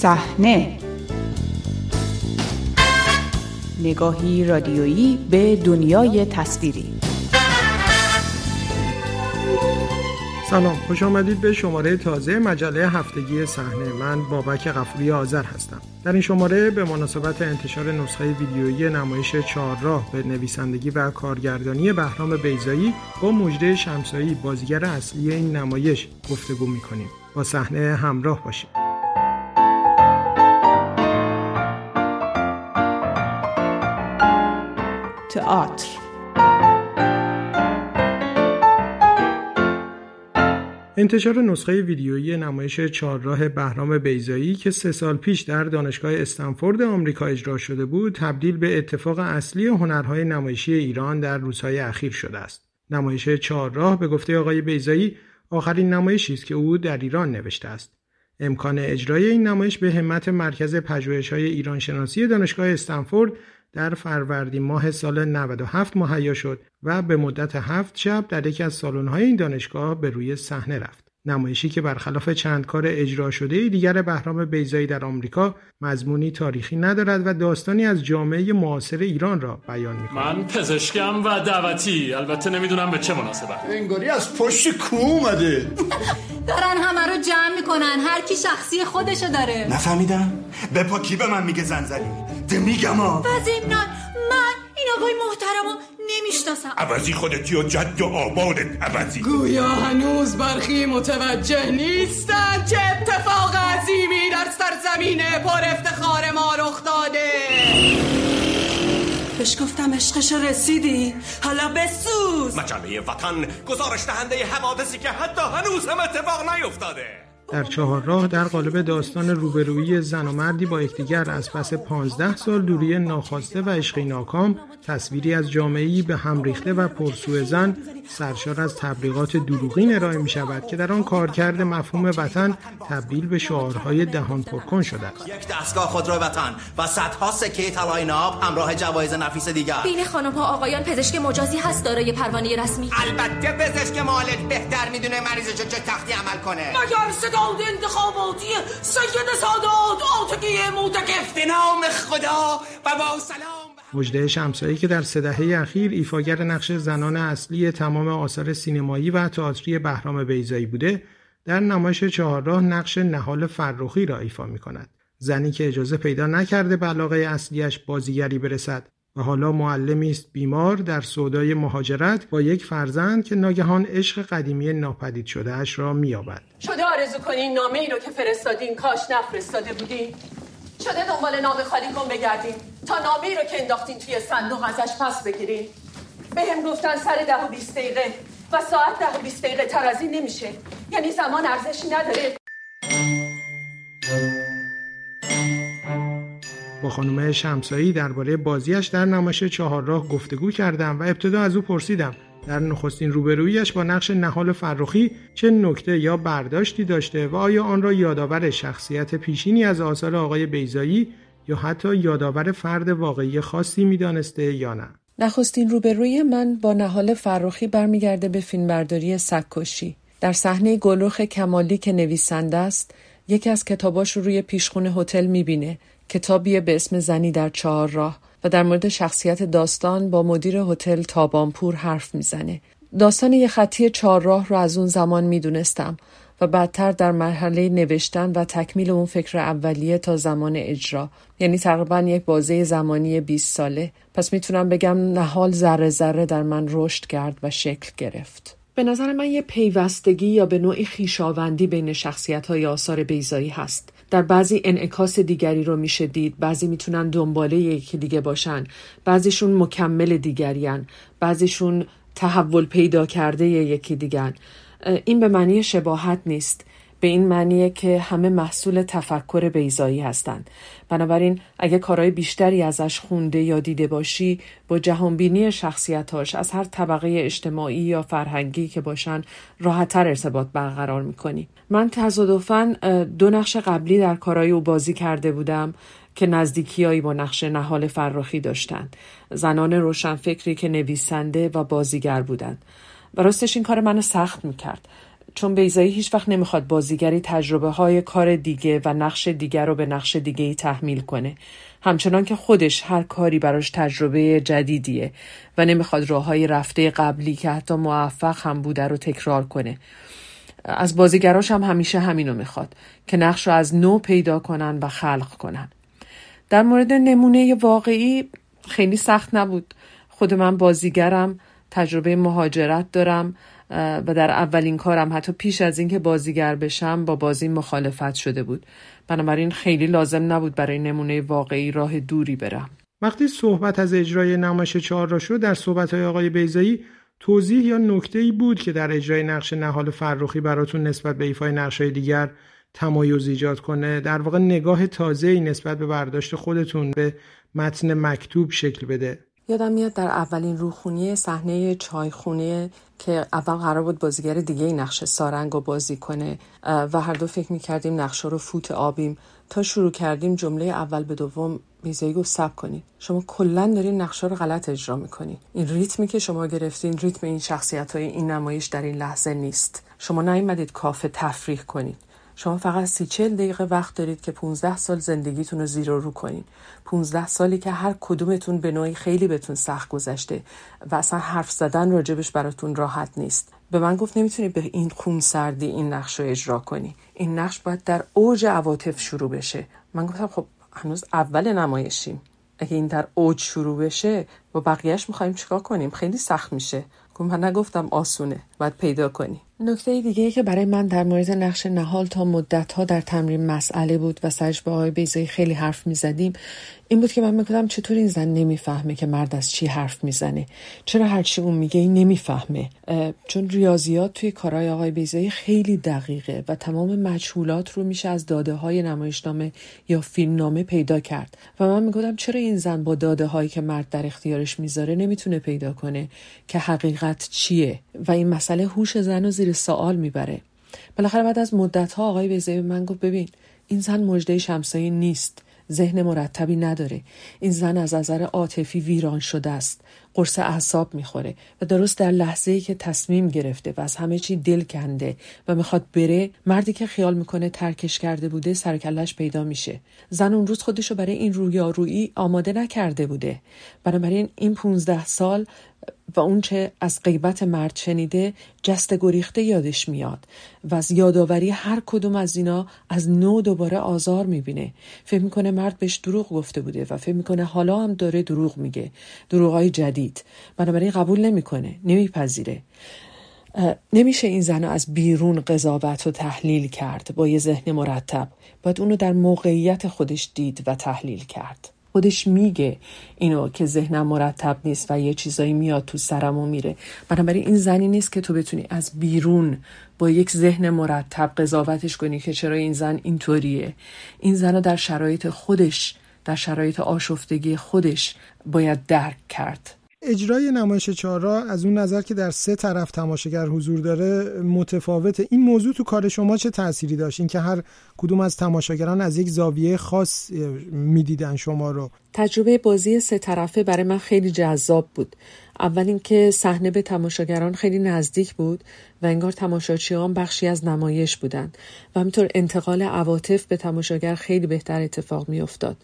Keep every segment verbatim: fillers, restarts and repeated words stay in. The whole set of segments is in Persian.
صحنه، نگاهی رادیویی به دنیای تصویری. سلام، خوش آمدید به شماره تازه مجله هفتگی صحنه. من بابک غفوری آذر هستم. در این شماره به مناسبت انتشار نسخه ویدیویی نمایش چهارراه به نویسندگی و کارگردانی بهرام بیضایی با مژده شمسایی، بازیگر اصلی این نمایش، گفتگو می‌کنیم. با صحنه همراه باشید. تئاتر. انتشار نسخه ویدیویی نمایش چهارراه بهرام بیضایی که سه سال پیش در دانشگاه استنفورد آمریکا اجرا شده بود، تبدیل به اتفاق اصلی هنرهای نمایشی ایران در روزهای اخیر شده است. نمایش چهارراه به گفته آقای بیضایی آخرین نمایشی است که او در ایران نوشته است. امکان اجرای این نمایش به همت مرکز پژوهش‌های ایران شناسی دانشگاه استنفورد در فروردین ماه سال نود و هفت مهیا شد و به مدت هفت شب در یکی از سالن‌های این دانشگاه به روی صحنه رفت. نمایشی که برخلاف چند کار اجرا شده دیگر بهرام بیضایی در آمریکا مضمونی تاریخی ندارد و داستانی از جامعه معاصر ایران را بیان می‌کند. من پزشکم و دعوتی، البته نمیدونم به چه مناسبت. انگاری از پشت کوه اومده. دارن همه رو جمع میکنن، هر کی شخصی خودشو داره. نفهمیدم؟ به پا کی به من میگه زنزلی؟ ده میگم ها. و ضمناً من این آقای محترمو نمیشناسم. عوضی خودتی و جد و آبادت عوضی. گویا هنوز برخی متوجه نیستن چه اتفاق عظیمی در سرزمین پر افتخار ما رخ داده. بهش گفتم عشقشو رسیدی، حالا بسوز. مجله وطن گزارش دهنده حوادثی که حتی هنوز هم اتفاق نیفتاده. در چهارراه در قالب داستان روبرویی زن و مردی با یکدیگر از پس پانزده سال دوری ناخواسته و عشقی ناکام، تصویری از جامعه‌ای به هم ریخته و پرسوء ظن سرشار از تبلیغات دروغین ارائه می شود که در آن کارکرد مفهوم وطن تبدیل به شعارهای دهان پرکن شده است. یک دستگاه خودروی وطن و صدها سکه طلای ناب همراه جوایز نفیس دیگر. بین خانم ها آقایان پزشک مجازی هست دارای پروانه رسمی؟ البته پزشک معالج بهتر میدونه مریضش چه تختی عمل کنه. مگر صداد انتخاباتی سید سادات آتگی موتکف به نام خدا و با سلام. مژده شمسایی که در سه دهه اخیر ایفاگر نقش زنان اصلی تمام آثار سینمایی و تئاتری بهرام بیضایی بوده، در نمایش چهارراه نقش نهال فرخی را ایفا می‌کند. زنی که اجازه پیدا نکرده به علاقه اصلیش بازیگری برسد و حالا معلمی است بیمار در سودای مهاجرت با یک فرزند که ناگهان عشق قدیمی ناپدید شده اش را می‌یابد. شده آرزو کنین نامه ای رو که فرستادین کاش نفرستاده بودین؟ شده دنبال نام خالی کن بگردین تا نامه ای رو که انداختین توی صندوق ازش پس بگیرین؟ به هم گفتن سر ده و بیست دقیقه و ساعت ده و بیست دقیقه تر از این نمیشه، یعنی زمان ارزشی نداره. با خانم شمسایی درباره بازیش در نمایش چهارراه گفتگو کردم و ابتدا از او پرسیدم در نخستین روبرویش با نقش نهال فرخی چه نکته یا برداشتی داشته و آیا آن را یادآور شخصیت پیشینی از آثار آقای بیضایی یا حتی یادآور فرد واقعی خاصی می‌دانسته یا نه. نخستین روبروی من با نهال فرخی برمیگرده به فیلمبرداری سگ‌کشی. در صحنه گلرخ کمالی که نویسنده است، یکی از کتاباش رو روی پیشخوان هتل می‌بینه، کتابی به اسم زنی در چهارراه، و در مورد شخصیت داستان با مدیر هتل تابانپور حرف میزنه. داستان یه خطی چهارراه رو از اون زمان میدونستم و بعدتر در مرحله نوشتن و تکمیل اون فکر اولیه تا زمان اجرا، یعنی تقریبا یک بازه زمانی بیست ساله. پس میتونم بگم نهال ذره ذره در من رشد کرد و شکل گرفت. به نظر من یه پیوستگی یا به نوعی خویشاوندی بین شخصیت‌های آثار بیضایی هست. در بعضی انعکاس دیگری رو میشه دید، بعضی میتونن دنباله یکی دیگه باشن، بعضیشون مکمل دیگریان، بعضیشون تحول پیدا کرده یکی دیگن. این به معنی شباهت نیست، به این معنیه که همه محصول تفکر بیضایی هستند. بنابراین اگه کارهای بیشتری ازش خونده یا دیده باشی، با جهانبینی شخصیتاش از هر طبقه اجتماعی یا فرهنگی که باشن راحت‌تر ارتباط برقرار میکنی. من تصادفاً دو نقش قبلی در کارهای او بازی کرده بودم که نزدیکیایی با نقش نهال فرخی داشتند. زنان روشنفکری که نویسنده و بازیگر بودند. و راستش این کار منو سخت میکرد، چون بیضایی هیچ وقت نمیخواد بازیگری تجربه های کار دیگه و نقش دیگر رو به نقش دیگه ای تحمیل کنه، همچنان که خودش هر کاری براش تجربه جدیدیه و نمیخواد راههای رفته قبلی که حتی موفق هم بوده رو تکرار کنه. از بازیگراش هم همیشه همینو میخواد که نقش رو از نو پیدا کنن و خلق کنن. در مورد نمونه واقعی خیلی سخت نبود. خود من بازیگرم، تجربه مهاجرت دارم و در اولین کارم حتی پیش از اینکه بازیگر بشم با بازی مخالفت شده بود. بنابراین خیلی لازم نبود برای نمونه واقعی راه دوری برم. وقتی صحبت از اجرای نمایش چهارراه شد، در صحبت‌های آقای بیضایی توضیح یا نکته‌ای بود که در اجرای نقش نهال فرخی براتون نسبت به ایفای نقش‌های دیگر تمایز ایجاد کنه، در واقع نگاه تازه‌ای نسبت به برداشت خودتون به متن مکتوب شکل بده؟ یادم میاد در اولین روخونی صحنه چایخونه که اول قرار بود بازیگر دیگه ای نقش سارنگو بازی کنه و هر دو فکر میکردیم نقشه رو فوت آبیم، تا شروع کردیم جمله اول به دوم بیضایی گفت صبر کنید، شما کلا دارین نقشه رو غلط اجرا میکنین، این ریتمی که شما گرفتین ریتم این شخصیت‌های این نمایش در این لحظه نیست، شما نیومدید کافه تفریح کنید، شما فقط سی چل دقیقه وقت دارید که پونزده سال زندگیتون رو زیر و رو کنین. پونزده سالی که هر کدومتون به نوعی خیلی بهتون سخت گذشته و اصلا حرف زدن راجبش براتون راحت نیست. به من گفت نمیتونی به این خون سردی این نقش رو اجرا کنی. این نقش باید در اوج عواطف شروع بشه. من گفتم خب هنوز اول نمایشیم. اگه این در اوج شروع بشه با بقیهش میخوایم چیکار کنیم؟ خیلی سخت میشه. من نگفتم آسونه، باید پیدا کنی. نکته دیگه ای که برای من در مورد نقش نهال تا مدت‌ها در تمرین مسئله بود و سرش با آقای بیضایی خیلی حرف می‌زدیم این بود که من می‌گفتم چطور این زن نمی‌فهمه که مرد از چی حرف میزنه، چرا هرچی اون میگه این نمی‌فهمه. چون ریاضیات توی کارهای آقای بیضایی خیلی دقیقه و تمام مجهولات رو میشه از داده‌های نمایشنامه یا فیلمنامه پیدا کرد و من می‌گفتم چرا این زن با داده‌هایی که مرد در اختیارش میذاره نمیتونه پیدا کنه که حقیقت چیه و این مسئله هوش زن رو زیر سوال میبره. بالاخره بعد از مدت‌ها آقای بیضایی به من گفت ببین این زن مژده شمسایی نیست، ذهن مرتبی نداره، این زن از نظر عاطفی ویران شده است، قرص اعصاب میخوره و درست در لحظه‌ای که تصمیم گرفته و از همه چی دل کنده و میخواد بره، مردی که خیال میکنه ترکش کرده بوده سر کله‌اش پیدا میشه. زن اون روز خودشو برای این رویارویی آماده نکرده بوده. بنابراین این پونزده سال و اون چه از غیبت مرد شنیده جست گریخته یادش میاد و از یادآوری هر کدوم از اینا از نو دوباره آزار میبینه. فکر میکنه مرد بهش دروغ گفته بوده و فکر میکنه حالا هم داره دروغ میگه، دروغای جدید. بنابراین قبول نمیکنه، نمیپذیره. نمیشه این زن از بیرون قضاوت و تحلیل کرد با یه ذهن مرتب، باید اونو در موقعیت خودش دید و تحلیل کرد. خودش میگه اینو که ذهنم مرتب نیست و یه چیزایی میاد تو سرم و میره. بنابراین این زنی نیست که تو بتونی از بیرون با یک ذهن مرتب قضاوتش کنی که چرا این زن اینطوریه. این زن رو در شرایط خودش، در شرایط آشفتگی خودش باید درک کرد. اجرای نمایش چهارراه از اون نظر که در سه طرف تماشاگر حضور داره متفاوته. این موضوع تو کار شما چه تأثیری داشت؟ این که هر کدوم از تماشاگران از یک زاویه خاص میدیدن شما رو. تجربه بازی سه طرفه برای من خیلی جذاب بود. اول اینکه صحنه به تماشاگران خیلی نزدیک بود و انگار تماشاچیان بخشی از نمایش بودند و همینطور انتقال عواطف به تماشاگر خیلی بهتر اتفاق می افتاد.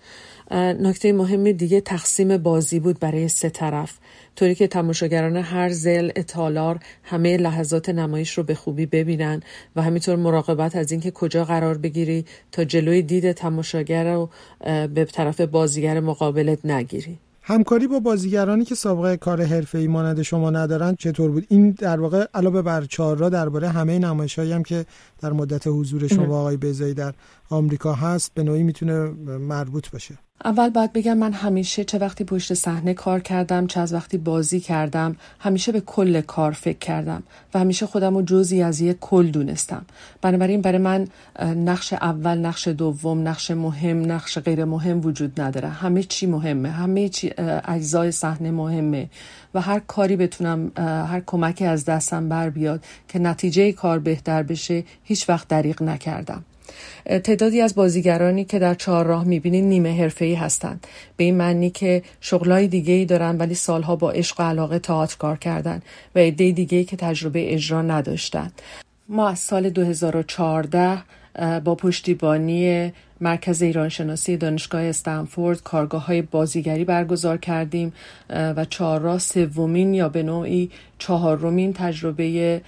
نکته مهم دیگه تقسیم بازی بود برای سه طرف، طوری که تماشاگران هر ضلع تالار همه لحظات نمایش رو به خوبی ببینن و همینطور مراقبت از اینکه کجا قرار بگیری تا جلوی دید تماشاگر رو به طرف بازیگر مقابلت نگیری. همکاری با بازیگرانی که سابقه کار حرفه‌ای مانند شما ندارن چطور بود؟ این در واقع علاوه بر چهارراه درباره همه نمایش‌هایی هم که در مدت حضور شما آقای بیضایی در آمریکا هست به نوعی میتونه مربوط باشه. اول باید بگم من همیشه چه وقتی پشت صحنه کار کردم چه از وقتی بازی کردم همیشه به کل کار فکر کردم و همیشه خودم رو جزئی از یک کل دونستم. بنابراین برای من نقش اول، نقش دوم، نقش مهم، نقش غیر مهم وجود نداره. همه چی مهمه، همه چی اجزای صحنه مهمه و هر کاری بتونم، هر کمکی از دستم بر بیاد که نتیجه کار بهتر بشه هیچ وقت دریغ نکردم. تعدادی از بازیگرانی که در چهارراه میبینین نیمه حرفه‌ای هستند، به این معنی که شغلای دیگه‌ای دارن ولی سالها با عشق و علاقه تئاتر کار کردن و عده دیگه‌ای که تجربه اجرا نداشتن. ما از سال دو هزار و چهارده با پشتیبانی مرکز ایرانشناسی دانشگاه استنفورد کارگاه‌های بازیگری برگزار کردیم و چهارراه سومین یا به نوعی چهارمین تجربه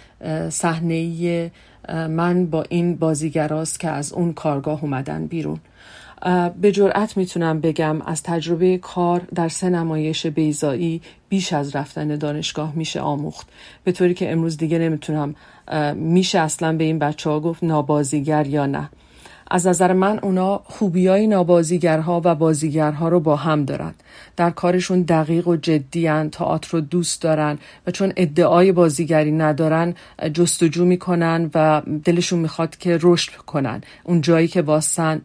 صحنه‌ای من با این بازیگراست که از اون کارگاه اومدن بیرون. به جرئت میتونم بگم از تجربه کار در سه نمایش بیضایی بیش از رفتن دانشگاه میشه آموخت، به طوری که امروز دیگه نمیتونم میشه اصلا به این بچه ها گفت نابازیگر یا نه. از نظر من اونا خوبیای نابازیگرها و بازیگرها رو با هم دارن. در کارشون دقیق و جدی هن، تئاتر رو دوست دارن و چون ادعای بازیگری ندارن جستجو میکنن و دلشون میخواد که رشد کنن، اون جایی که واسن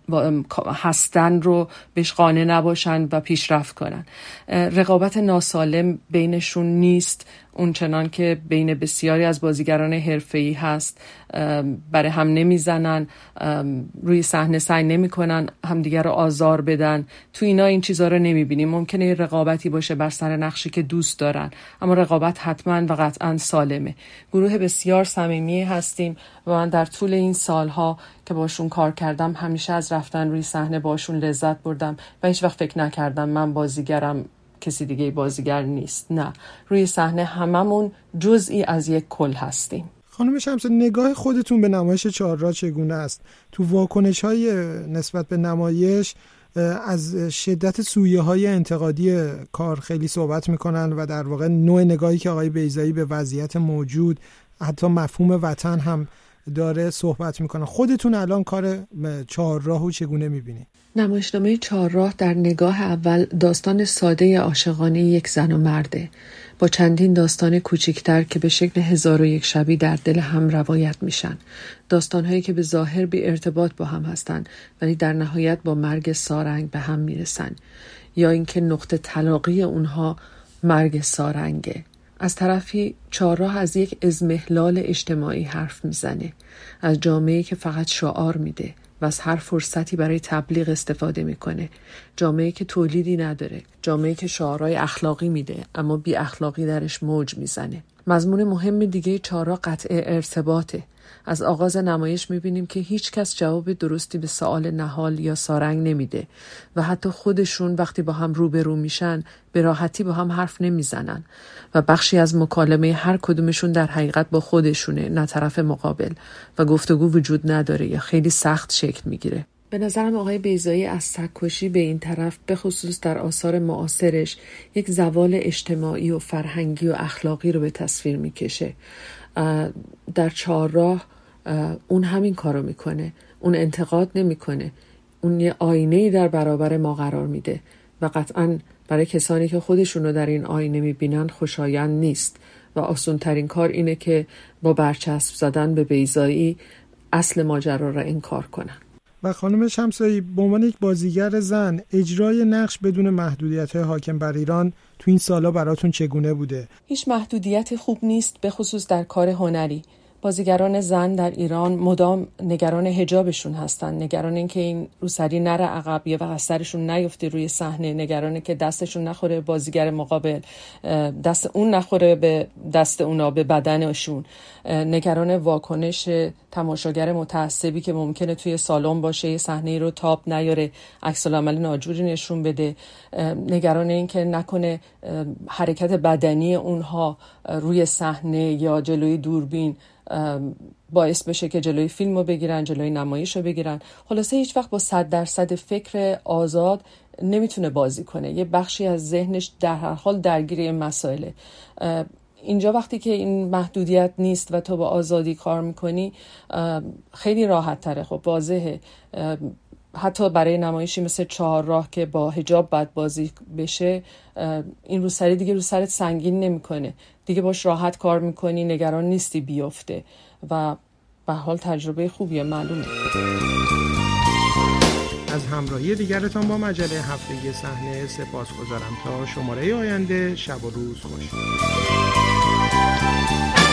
هستن رو بهش قانع نباشن و پیشرفت کنن. رقابت ناسالم بینشون نیست، اون چنان که بین بسیاری از بازیگران حرفه‌ای هست. برای هم نمیزنن، روی صحنه سعی نمیکنن همدیگر رو آزار بدن. تو اینا این چیزا رو نمیبینیم. ممکنه رقابتی باشه بر سر نقشی که دوست دارن، اما رقابت حتما و قطعا سالمه. گروه بسیار صمیمی هستیم و من در طول این سالها که باشون کار کردم همیشه از رفتن روی صحنه باشون لذت بردم و هیچ وقت فکر نکردم من بازیگرم کسی دیگه بازیگر نیست. نه، روی صحنه هممون جزئی از یک کل هستیم. خانم شمس، نگاه خودتون به نمایش چهارراه چگونه است؟ تو واکنش‌های نسبت به نمایش از شدت سویه‌های انتقادی کار خیلی صحبت میکنن و در واقع نوع نگاهی که آقای بیضایی به وضعیت موجود، حتی مفهوم وطن هم داره صحبت میکنه. خودتون الان کار چهارراهو چگونه میبینید؟ نمایشنامه چهارراه در نگاه اول داستان ساده عاشقانه یک زن و مرده، با چندین داستان کوچکتر که به شکل هزار و یک شبی در دل هم روایت میشن. داستانهایی که به ظاهر بی ارتباط با هم هستن ولی در نهایت با مرگ سارنگ به هم میرسن، یا اینکه نقطه تلاقی اونها مرگ سارنگه. از طرفی چهارراه از یک اضمحلال اجتماعی حرف میزنه، از جامعه‌ای که فقط شعار میده و از هر فرصتی برای تبلیغ استفاده میکنه، جامعه‌ای که تولیدی نداره، جامعه‌ای که شعارهای اخلاقی میده اما بی اخلاقی درش موج میزنه. مضمون مهم دیگه چهارراه قطع ارتباطه. از آغاز نمایش میبینیم که هیچ کس جواب درستی به سوال نهال یا سارنگ نمیده و حتی خودشون وقتی با هم روبرو میشن به راحتی با هم حرف نمیزنن و بخشی از مکالمه هر کدومشون در حقیقت با خودشونه، نه طرف مقابل، و گفتگو وجود نداره یا خیلی سخت شکل میگیره. به نظرم آقای بیضایی از سگ‌کشی به این طرف، به خصوص در آثار معاصرش، یک زوال اجتماعی و فرهنگی و اخلاقی رو به تصویر میکشه. در چهارراه اون همین کارو میکنه، اون انتقاد نمیکنه، اون یه آینه‌ای در برابر ما قرار میده و قطعاً برای کسانی که خودشونو در این آینه میبینن خوشایند نیست و آسون ترین کار اینه که با برچسب زدن به بیضایی اصل ماجرا را انکار کنن. و خانم شمسایی، به عنوان یک بازیگر زن، اجرای نقش بدون محدودیت‌های حاکم بر ایران تو این سالا براتون چگونه بوده؟ هیچ محدودیت خوب نیست، به خصوص در کار هنری. بازیگران زن در ایران مدام نگران حجابشون هستن، نگران این که این روسری نره عقب، یه وقت سرشون نیفته روی صحنه، نگران که دستشون نخوره بازیگر مقابل، دست اون نخوره به دست اونا، به بدنشون، نگران واکنش تماشاگر متعصبی که ممکنه توی سالن باشه، یه صحنه رو تاب نیاره، عکس العمل ناجوری نشون بده، نگران این که نکنه حرکت بدنی اونها روی صحنه یا جلوی دوربین باعث بشه که جلوی فیلم رو بگیرن، جلوی نمایش رو بگیرن. خلاصه هیچ وقت با صد درصد فکر آزاد نمیتونه بازی کنه، یه بخشی از ذهنش در هر حال درگیر این مسائله. اینجا وقتی که این محدودیت نیست و تو با آزادی کار میکنی خیلی راحت تره. خب واضحه حتی برای نمایشی مثل چهارراه که با حجاب باید بازی بشه، این روسری دیگه رو سرت سنگین نمیکنه، دیگه باش راحت کار میکنی، نگران نیستی بیفته و به حال تجربه خوبیه. معلومه. از همراهی دیگرتان با مجله هفتگی صحنه سپاسگزارم. تا شماره آینده، شب و روز خوش.